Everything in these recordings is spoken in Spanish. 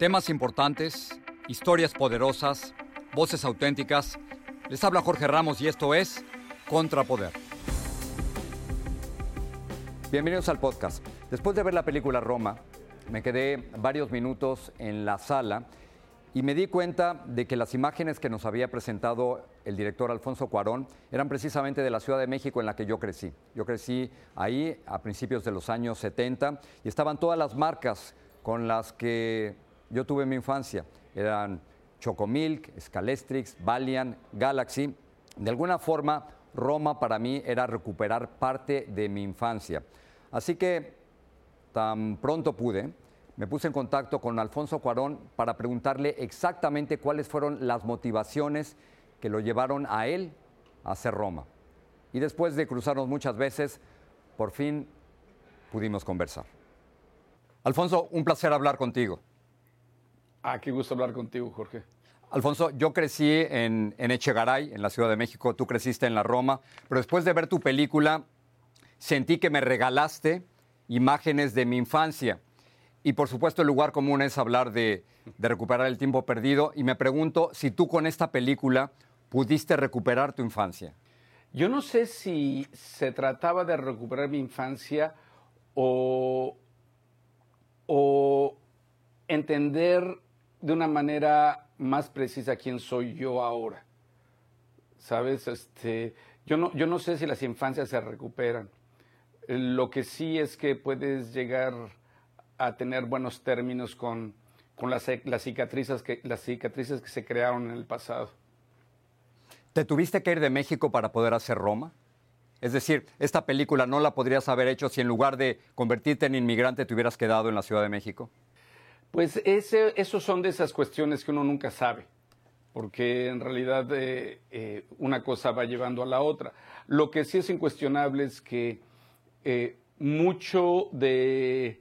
Temas importantes, historias poderosas, voces auténticas. Les habla Jorge Ramos y esto es Contrapoder. Bienvenidos al podcast. Después de ver la película Roma, me quedé varios minutos en la sala y me di cuenta de que las imágenes que nos había presentado el director Alfonso Cuarón eran precisamente de la Ciudad de México en la que yo crecí. Yo crecí ahí a principios de los años 70 y estaban todas las marcas con las que yo tuve mi infancia. Eran Chocomilk, Scalestrix, Valiant, Galaxy. De alguna forma, Roma para mí era recuperar parte de mi infancia. Así que tan pronto pude, me puse en contacto con Alfonso Cuarón para preguntarle exactamente cuáles fueron las motivaciones que lo llevaron a él a hacer Roma. Y después de cruzarnos muchas veces, por fin pudimos conversar. Alfonso, un placer hablar contigo. Qué gusto hablar contigo, Jorge. Alfonso, yo crecí en Echegaray, en la Ciudad de México. Tú creciste en la Roma. Pero después de ver tu película, sentí que me regalaste imágenes de mi infancia. Y por supuesto el lugar común es hablar de recuperar el tiempo perdido. Y me pregunto si tú con esta película pudiste recuperar tu infancia. Yo no sé si se trataba de recuperar mi infancia o entender de una manera más precisa quién soy yo ahora. ¿Sabes? Yo no sé si las infancias se recuperan. Lo que sí es que puedes llegar a tener buenos términos con las cicatrices que se crearon en el pasado. ¿Te tuviste que ir de México para poder hacer Roma? Es decir, esta película no la podrías haber hecho si en lugar de convertirte en inmigrante te hubieras quedado en la Ciudad de México. Pues esos son de esas cuestiones que uno nunca sabe, porque en realidad una cosa va llevando a la otra. Lo que sí es incuestionable es que mucho de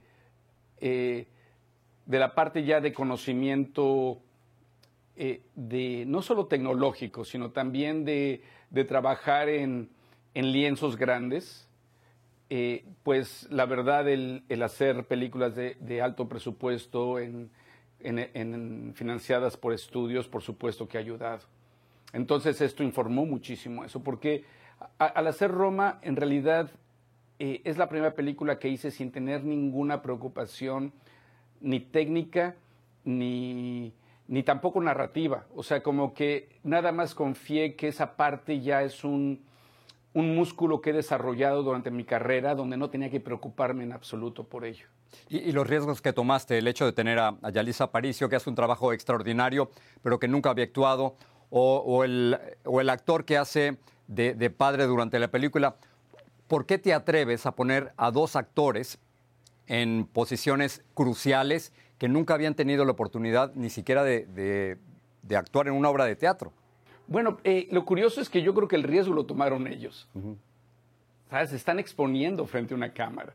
la parte ya de conocimiento no solo tecnológico, sino también de trabajar en lienzos grandes, pues la verdad el hacer películas de alto presupuesto financiadas por estudios, por supuesto que ha ayudado. Entonces esto informó muchísimo eso, porque al hacer Roma, en realidad es la primera película que hice sin tener ninguna preocupación ni técnica ni tampoco narrativa. O sea, como que nada más confié que esa parte ya es un músculo que he desarrollado durante mi carrera, donde no tenía que preocuparme en absoluto por ello. Y los riesgos que tomaste, el hecho de tener a Yalitza Aparicio, que hace un trabajo extraordinario, pero que nunca había actuado, o el actor que hace de padre durante la película. ¿Por qué te atreves a poner a dos actores en posiciones cruciales que nunca habían tenido la oportunidad ni siquiera de actuar en una obra de teatro? Bueno, lo curioso es que yo creo que el riesgo lo tomaron ellos. Uh-huh. ¿Sabes? Se están exponiendo frente a una cámara.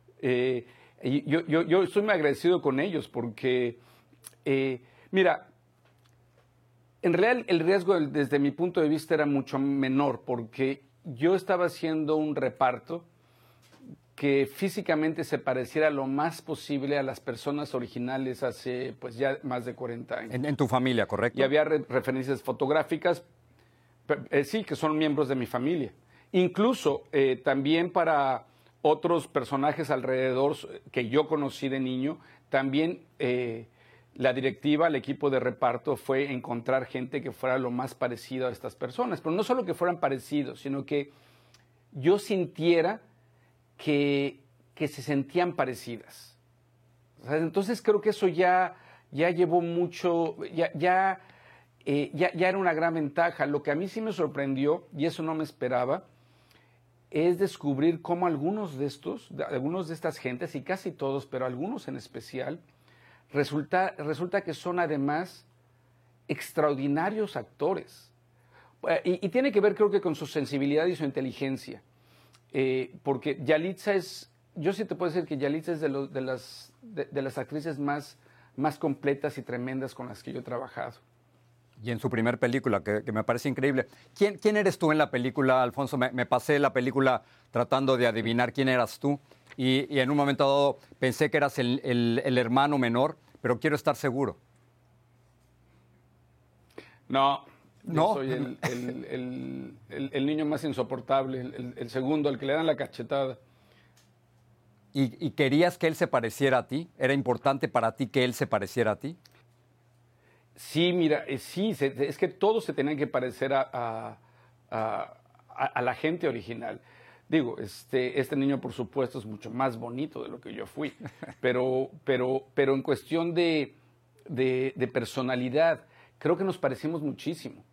Yo estoy muy agradecido con ellos porque, mira, en realidad el riesgo desde mi punto de vista era mucho menor porque yo estaba haciendo un reparto que físicamente se pareciera lo más posible a las personas originales hace pues ya más de 40 años. En tu familia, ¿correcto? Y había referencias fotográficas, sí, que son miembros de mi familia. Incluso también para otros personajes alrededor que yo conocí de niño, también la directiva, el equipo de reparto fue encontrar gente que fuera lo más parecido a estas personas. Pero no solo que fueran parecidos, sino que yo sintiera que se sentían parecidas. ¿Sabes? Entonces creo que eso ya llevó mucho, ya era una gran ventaja. Lo que a mí sí me sorprendió, y eso no me esperaba, es descubrir cómo algunos de estas gentes, y casi todos, pero algunos en especial, resulta que son además extraordinarios actores. Y tiene que ver creo que con su sensibilidad y su inteligencia. Porque Yalitza yo sí te puedo decir que Yalitza es de las actrices más completas y tremendas con las que yo he trabajado. Y en su primer película, que me parece increíble. ¿Quién eres tú en la película, Alfonso? Me pasé la película tratando de adivinar quién eras tú. Y en un momento dado pensé que eras el hermano menor, pero quiero estar seguro. No, ¿No? yo soy el niño más insoportable, el segundo, al que le dan la cachetada. ¿Y querías que él se pareciera a ti? ¿Era importante para ti que él se pareciera a ti? Sí, mira, sí, es que todos se tenían que parecer a la gente original. Digo, este niño, por supuesto, es mucho más bonito de lo que yo fui, pero en cuestión de personalidad, creo que nos parecimos muchísimo.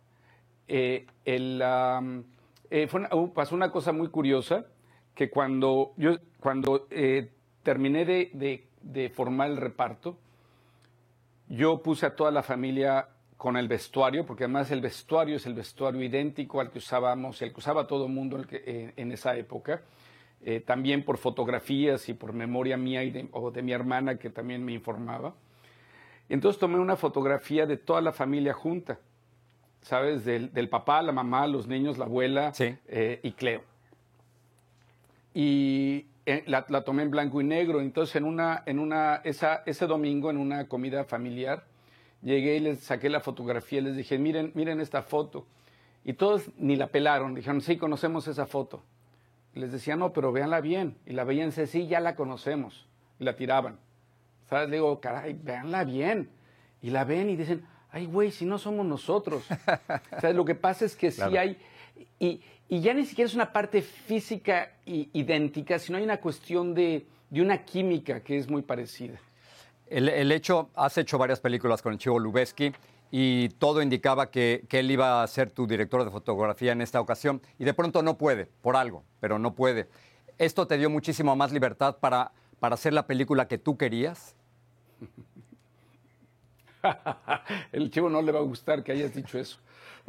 Pasó una cosa muy curiosa, que cuando terminé de formar el reparto, yo puse a toda la familia con el vestuario, porque además el vestuario es el vestuario idéntico al que usábamos, el que usaba todo el mundo en esa época, también por fotografías y por memoria mía o de mi hermana, que también me informaba. Entonces tomé una fotografía de toda la familia junta, ¿sabes? Del papá, la mamá, los niños, la abuela, Sí. Y Cleo. Y la tomé en blanco y negro. Entonces ese domingo, en una comida familiar, llegué y les saqué la fotografía y les dije, miren esta foto. Y todos ni la pelaron, dijeron, sí, conocemos esa foto. Y les decía, no, pero véanla bien. Y la veían, sí, ya la conocemos. Y la tiraban. ¿Sabes? Le digo, caray, véanla bien. Y la ven y dicen, ay, güey, si no somos nosotros. ¿Sabes? Lo que pasa es que Claro. sí hay... Y ya ni siquiera es una parte física idéntica, sino hay una cuestión de una química que es muy parecida. Has hecho varias películas con el Chivo Lubeski y todo indicaba que él iba a ser tu director de fotografía en esta ocasión y de pronto no puede, por algo, pero no puede. ¿Esto te dio muchísimo más libertad para hacer la película que tú querías? El Chivo no le va a gustar que hayas dicho eso.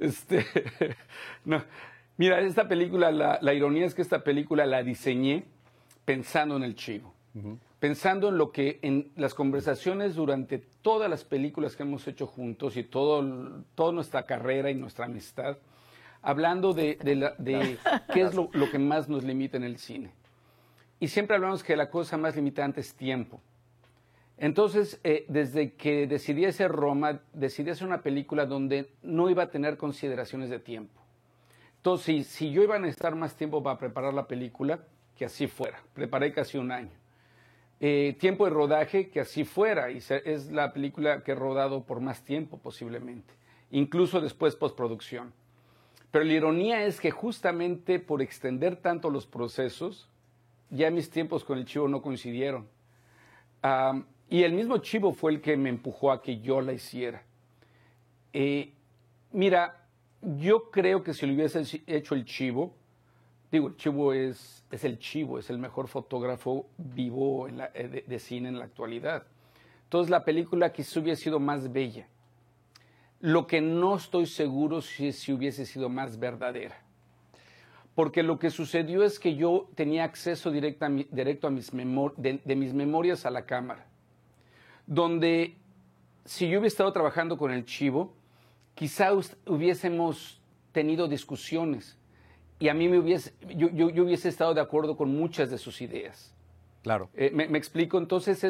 No. Mira, esta película, la ironía es que esta película la diseñé pensando en el Chivo. Pensando en las conversaciones durante todas las películas que hemos hecho juntos y toda nuestra carrera y nuestra amistad, hablando de qué es lo que más nos limita en el cine. Y siempre hablamos que la cosa más limitante es tiempo. Entonces, desde que decidí hacer Roma, decidí hacer una película donde no iba a tener consideraciones de tiempo. Entonces, si yo iba a necesitar más tiempo para preparar la película, que así fuera. Preparé casi un año. Tiempo de rodaje, que así fuera. Y es la película que he rodado por más tiempo, posiblemente. Incluso después postproducción. Pero la ironía es que justamente por extender tanto los procesos, ya mis tiempos con el Chivo no coincidieron. Y el mismo Chivo fue el que me empujó a que yo la hiciera. Mira, yo creo que si lo hubiese hecho el Chivo, el Chivo es el Chivo, es el mejor fotógrafo vivo de cine en la actualidad. Entonces la película quizás hubiese sido más bella. Lo que no estoy seguro si hubiese sido más verdadera. Porque lo que sucedió es que yo tenía acceso directo a mis memorias a la cámara. Donde si yo hubiera estado trabajando con el Chivo, quizá hubiésemos tenido discusiones y a mí yo hubiese estado de acuerdo con muchas de sus ideas. Claro. ¿Me explico? Entonces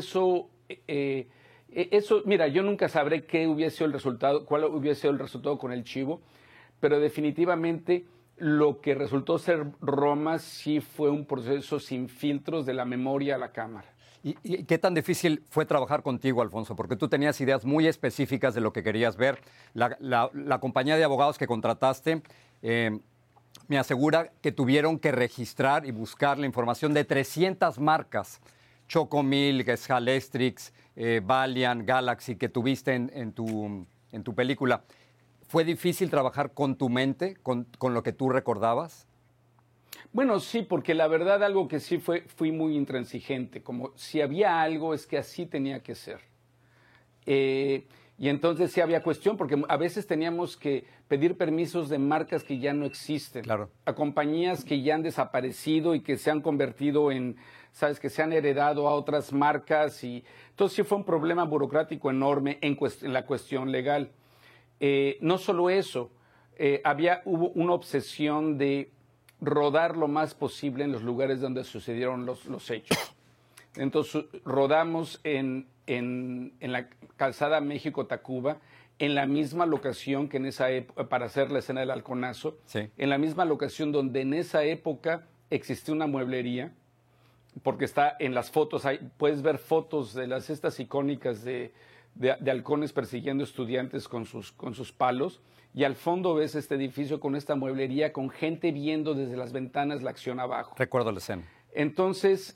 mira, yo nunca sabré qué hubiese sido el resultado, cuál hubiese sido el resultado con el Chivo, pero definitivamente lo que resultó ser Roma sí fue un proceso sin filtros de la memoria a la cámara. ¿Y qué tan difícil fue trabajar contigo, Alfonso? Porque tú tenías ideas muy específicas de lo que querías ver. La compañía de abogados que contrataste me asegura que tuvieron que registrar y buscar la información de 300 marcas. Chocomilk, Scalestrix, Valiant, Galaxy, que tuviste en tu película. ¿Fue difícil trabajar con tu mente, con lo que tú recordabas? Bueno, sí, porque la verdad algo que sí fui muy intransigente, como si había algo es que así tenía que ser. Y entonces sí había cuestión, porque a veces teníamos que pedir permisos de marcas que ya no existen, claro, a compañías que ya han desaparecido y que se han convertido en, ¿sabes?, que se han heredado a otras marcas. Y entonces sí fue un problema burocrático enorme en la cuestión legal. No solo eso, hubo una obsesión de rodar lo más posible en los lugares donde sucedieron los hechos. Entonces rodamos en la calzada México-Tacuba, en la misma locación que en esa época, para hacer la escena del halconazo, Sí. en la misma locación donde en esa época existía una mueblería, porque está en las fotos, puedes ver fotos de estas icónicas de halcones persiguiendo estudiantes con sus palos, y al fondo ves este edificio con esta mueblería, con gente viendo desde las ventanas la acción abajo. Recuerdo la escena. Entonces,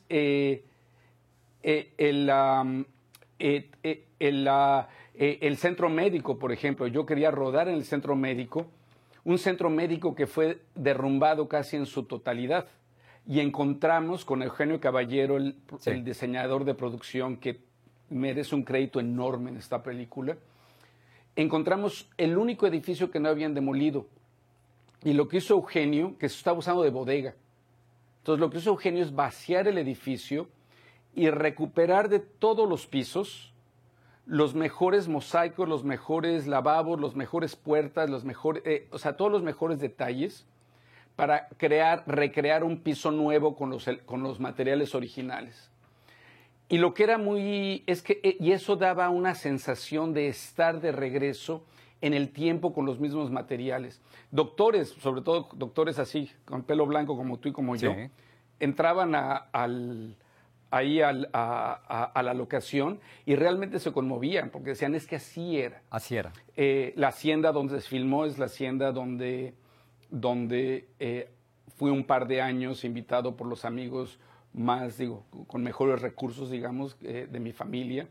el centro médico, por ejemplo, yo quería rodar en el centro médico, un centro médico que fue derrumbado casi en su totalidad. Y encontramos con Eugenio Caballero, el diseñador de producción, que merece un crédito enorme en esta película, encontramos el único edificio que no habían demolido. Y lo que hizo Eugenio, que se estaba usando de bodega. Entonces lo que hizo Eugenio es vaciar el edificio y recuperar de todos los pisos los mejores mosaicos, los mejores lavabos, las mejores puertas, todos los mejores detalles para recrear un piso nuevo con los materiales originales. Y lo que era y eso daba una sensación de estar de regreso en el tiempo con los mismos materiales. Doctores, sobre todo doctores así, con pelo blanco como tú y como yo, entraban a la locación y realmente se conmovían porque decían, es que así era. Así era. La hacienda donde se filmó es la hacienda donde fui un par de años invitado por los amigos más, con mejores recursos, digamos, de mi familia.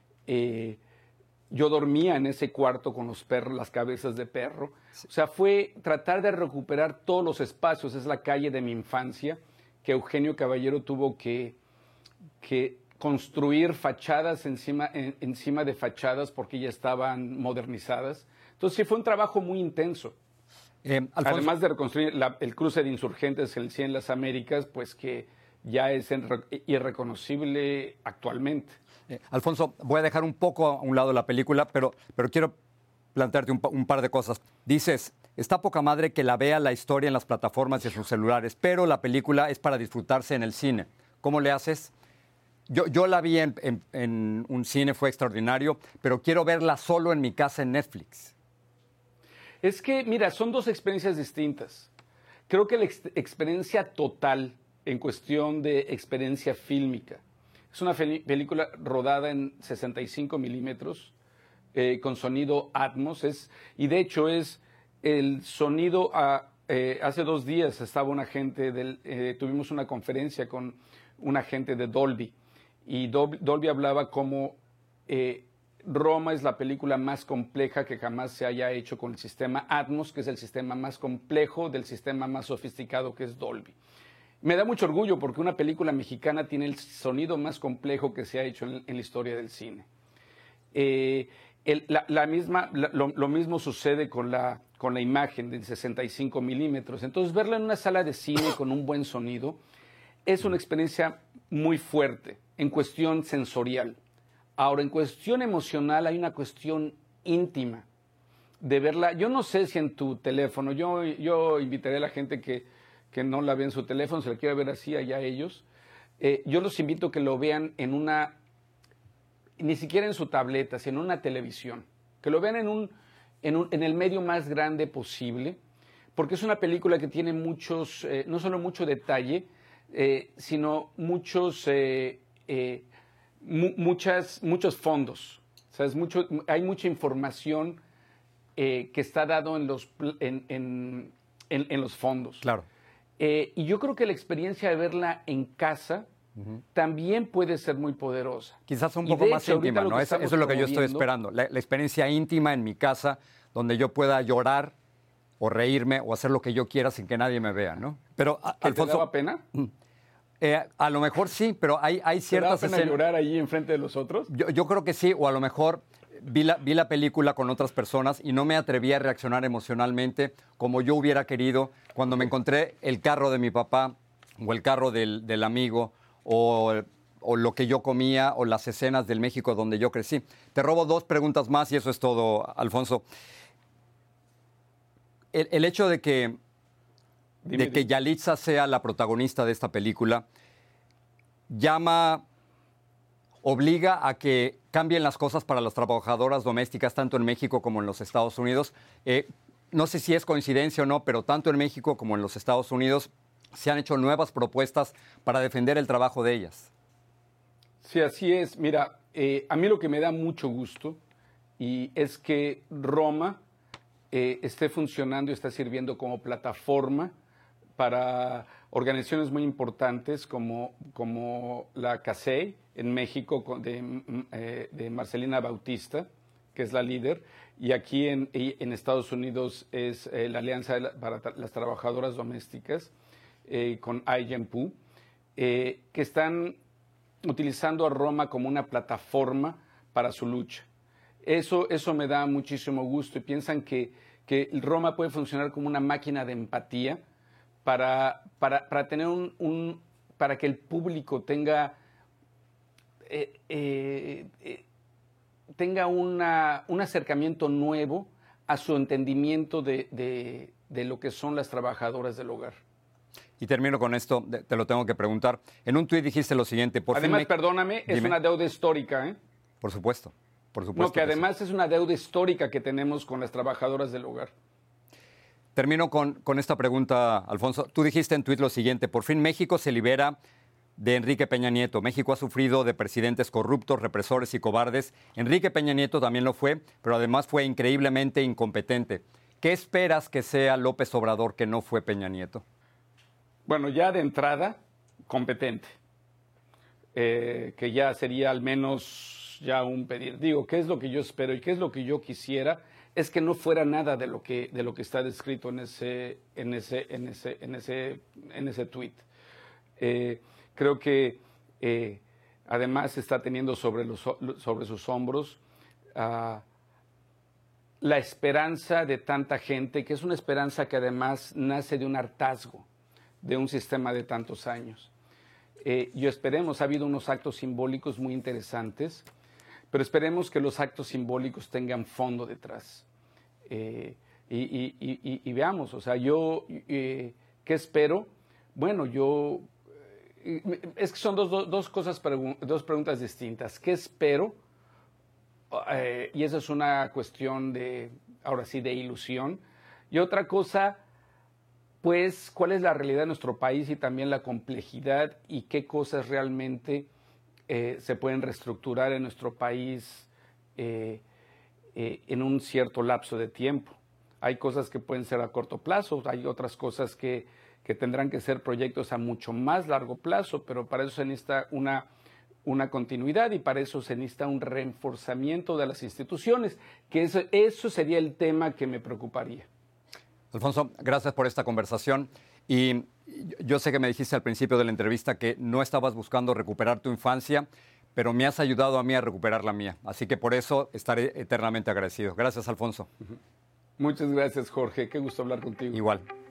Yo dormía en ese cuarto con los perros, las cabezas de perro. Sí. O sea, fue tratar de recuperar todos los espacios. Es la calle de mi infancia que Eugenio Caballero tuvo que construir fachadas encima de fachadas porque ya estaban modernizadas. Entonces sí fue un trabajo muy intenso. Alfonso, además de reconstruir el cruce de Insurgentes, el 100 Las Américas, pues que ya es irreconocible actualmente. Alfonso, voy a dejar un poco a un lado la película, pero quiero plantearte un par de cosas. Dices, está poca madre que la vea la historia en las plataformas y en sus celulares, pero la película es para disfrutarse en el cine. ¿Cómo le haces? Yo la vi en un cine, fue extraordinario, pero quiero verla solo en mi casa en Netflix. Es que, mira, son dos experiencias distintas. Creo que la experiencia total, en cuestión de experiencia fílmica, es una película rodada en 65 milímetros, con sonido Atmos, y de hecho es el sonido. Hace 2 días estaba un agente tuvimos una conferencia con un agente de Dolby, y Dolby hablaba como Roma es la película más compleja que jamás se haya hecho con el sistema Atmos, que es el sistema más complejo del sistema más sofisticado que es Dolby. Me da mucho orgullo porque una película mexicana tiene el sonido más complejo que se ha hecho en la historia del cine. Lo mismo sucede con la imagen de 65 milímetros. Entonces, verla en una sala de cine con un buen sonido es una experiencia muy fuerte en cuestión sensorial. Ahora, en cuestión emocional hay una cuestión íntima de verla. Yo no sé si en tu teléfono, yo invitaré a la gente que no la ve en su teléfono, si la quiere ver así, allá ellos. Yo los invito a que lo vean ni siquiera en su tableta, sino en una televisión. Que lo vean en el medio más grande posible, porque es una película que tiene no solo mucho detalle, sino muchos fondos. O sea, hay mucha información que está dado en los fondos. Claro. Y yo creo que la experiencia de verla en casa también puede ser muy poderosa. Quizás un poco más íntima, ¿no? Eso es lo que yo estoy esperando. La experiencia íntima en mi casa, donde yo pueda llorar o reírme o hacer lo que yo quiera sin que nadie me vea, ¿no? Pero, Alfonso, ¿te daba pena? A lo mejor sí, pero hay ciertas escenas. ¿Te da pena llorar allí enfrente de los otros? Yo creo que sí, o a lo mejor vi la película con otras personas y no me atreví a reaccionar emocionalmente como yo hubiera querido cuando me encontré el carro de mi papá o el carro del amigo o lo que yo comía o las escenas del México donde yo crecí. Te robo 2 preguntas más y eso es todo, Alfonso. El hecho de que Yalitza sea la protagonista de esta película llama obliga a que cambien las cosas para las trabajadoras domésticas, tanto en México como en los Estados Unidos. No sé si es coincidencia o no, pero tanto en México como en los Estados Unidos se han hecho nuevas propuestas para defender el trabajo de ellas. Sí, así es. Mira, a mí lo que me da mucho gusto y es que Roma esté funcionando y está sirviendo como plataforma para organizaciones muy importantes como la CASEI en México de Marcelina Bautista, que es la líder, y aquí en Estados Unidos es la Alianza para las Trabajadoras Domésticas con IJEMPU, que están utilizando a Roma como una plataforma para su lucha. Eso me da muchísimo gusto y piensan que Roma puede funcionar como una máquina de empatía para tener para que el público tenga un acercamiento nuevo a su entendimiento de lo que son las trabajadoras del hogar. Y termino con esto, te lo tengo que preguntar. En un tuit dijiste lo siguiente. Además, perdóname, es una deuda histórica, ¿eh? Por supuesto, por supuesto. No, que además es una deuda histórica que tenemos con las trabajadoras del hogar. Termino con esta pregunta, Alfonso. Tú dijiste en tuit lo siguiente. Por fin México se libera de Enrique Peña Nieto. México ha sufrido de presidentes corruptos, represores y cobardes. Enrique Peña Nieto también lo fue, pero además fue increíblemente incompetente. ¿Qué esperas que sea López Obrador que no fue Peña Nieto? Bueno, ya de entrada, competente, que ya sería al menos ya un pedir. Digo, ¿qué es lo que yo espero y qué es lo que yo quisiera? Es que no fuera nada de lo que está descrito en ese tuit. Creo que además está teniendo sobre sus hombros la esperanza de tanta gente, que es una esperanza que además nace de un hartazgo de un sistema de tantos años. Yo esperemos, ha habido unos actos simbólicos muy interesantes, pero esperemos que los actos simbólicos tengan fondo detrás. Y veamos, o sea, yo, ¿qué espero? Bueno, es que son dos preguntas distintas. ¿Qué espero? Y esa es una cuestión ahora sí, de ilusión. Y otra cosa, pues, ¿cuál es la realidad de nuestro país y también la complejidad y qué cosas realmente se pueden reestructurar en nuestro país en un cierto lapso de tiempo? Hay cosas que pueden ser a corto plazo, hay otras cosas que tendrán que ser proyectos a mucho más largo plazo, pero para eso se necesita una continuidad y para eso se necesita un reforzamiento de las instituciones, que eso sería el tema que me preocuparía. Alfonso, gracias por esta conversación. Y yo sé que me dijiste al principio de la entrevista que no estabas buscando recuperar tu infancia, pero me has ayudado a mí a recuperar la mía. Así que por eso estaré eternamente agradecido. Gracias, Alfonso. Muchas gracias, Jorge. Qué gusto hablar contigo. Igual.